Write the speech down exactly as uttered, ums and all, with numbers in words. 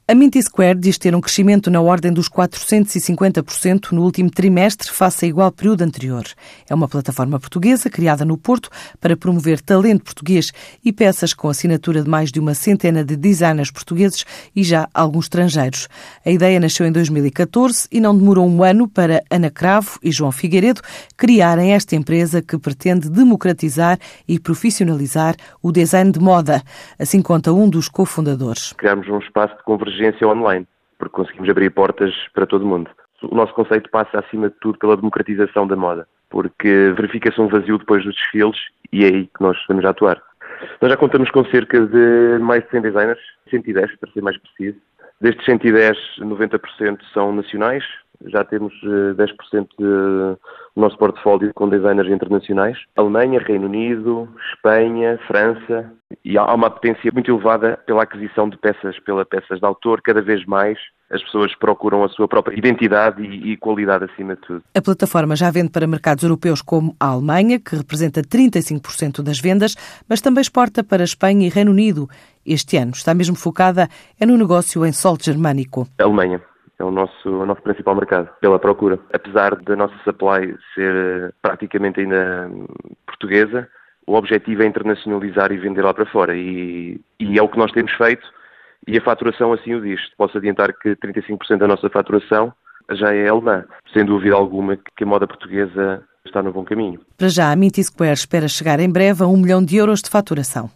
A Minty Square diz ter um crescimento na ordem dos quatrocentos e cinquenta por cento no último trimestre face a igual período anterior. É uma plataforma portuguesa criada no Porto para promover talento português e peças com assinatura de mais de uma centena de designers portugueses e já alguns estrangeiros. A ideia nasceu em dois mil e catorze e não demorou um ano para Ana Cravo e João Figueiredo criarem esta empresa que pretende democratizar e profissionalizar o design de moda. Assim conta um dos cofundadores. Criarmos um espaço de convergência online, porque conseguimos abrir portas para todo o mundo. O nosso conceito passa, acima de tudo, pela democratização da moda, porque verifica-se um vazio depois dos desfiles e é aí que nós estamos a atuar. Nós já contamos com cerca de mais de cem designers, cento e dez para ser mais preciso. Destes cento e dez, noventa por cento são nacionais, já temos dez por cento do nosso portfólio com designers internacionais. Alemanha, Reino Unido, Espanha, França. E há uma potência muito elevada pela aquisição de peças, pela peças de autor. Cada vez mais as pessoas procuram a sua própria identidade e, e qualidade acima de tudo. A plataforma já vende para mercados europeus como a Alemanha, que representa trinta e cinco por cento das vendas, mas também exporta para Espanha e Reino Unido. Este ano está mesmo focada é no negócio em solo germânico. A Alemanha é o nosso, o nosso principal mercado, pela procura. Apesar da nossa supply ser praticamente ainda portuguesa, o objetivo é internacionalizar e vender lá para fora. E, e é o que nós temos feito e a faturação assim o diz. Posso adiantar que trinta e cinco por cento da nossa faturação já é alemã. Sem dúvida alguma que a moda portuguesa está no bom caminho. Para já, a Minty Square espera chegar em breve a um milhão de euros de faturação.